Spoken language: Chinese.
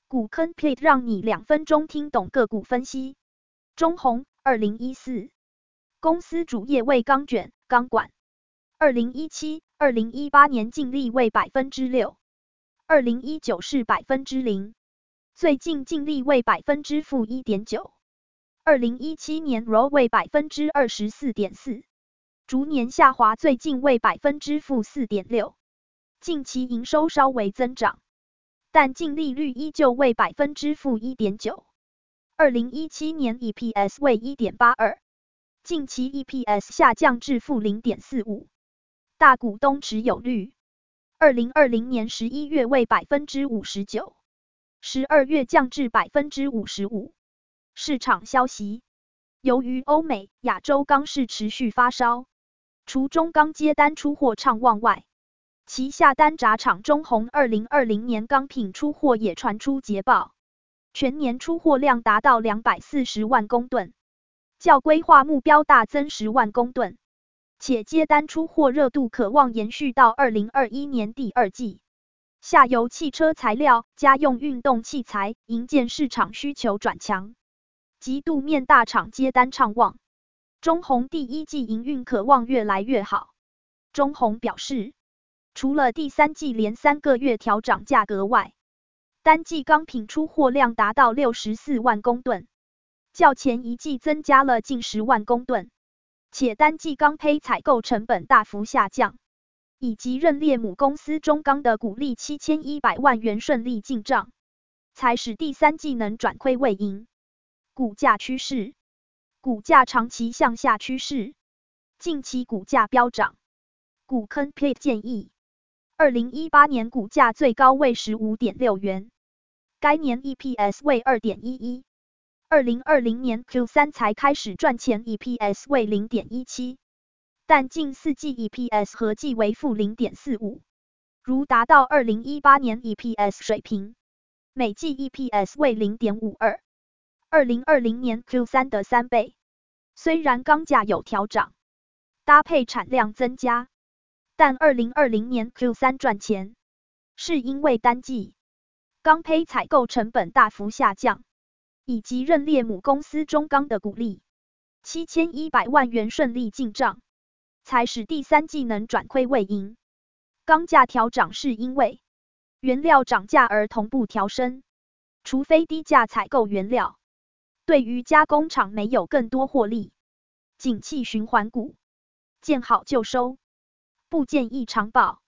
股坑 plate 让你2分钟听懂个股分析。中鸿2014公司主业为钢卷、钢管。2017、2018年净利为 6%， 2019是 0%， 最近净利为 -1.9%。2017年 ROE 为 24.4%， 逐年下滑，最近为 -4.6%。近期营收稍微增长，但净利率依旧为 -1.9%。2017年 EPS 为 1.82， 近期 EPS 下降至负 0.45。大股东持有率2020年11月为 59%， 12月降至 55%。市场消息，由于欧美、亚洲钢市持续发烧，除中钢接单出货畅旺外，旗下单轧厂中鸿2020年钢品出货也传出捷报，全年出货量达到240万公吨，较规划目标大增10万公吨，且接单出货热度可望延续到2021年第二季。下游汽车材料、家用运动器材、营建市场需求转强，及镀面大厂接单畅旺，中鸿第一季营运可望越来越好。中鸿表示，除了第三季连3个月调涨价格外，单季钢品出货量达到64万公吨，较前一季增加了近10万公吨，且单季钢坯采购成本大幅下降，以及认列母公司中钢的股利7100万元顺利进账，才使第三季能转亏为盈。股价趋势，股价长期向下趋势，近期股价飙涨。股坑 plate 建议，2018年股价最高为 15.6 元，该年 EPS 为 2.11， 2020年 Q3 才开始赚钱， EPS 为 0.17， 但近4季 EPS 合计为负 0.45， 如达到2018年 EPS 水平，每季 EPS 为 0.52， 2020年 Q3 的3倍。虽然钢价有调涨，搭配产量增加，但2020年 Q3 赚钱，是因为单季钢坯采购成本大幅下降，以及认列母公司中钢的股利7100万元顺利进账，才使第三季能转亏为盈。钢价调涨是因为原料涨价而同步调升，除非低价采购原料，对于加工厂没有更多获利。景气循环股，见好就收，不建议长抱。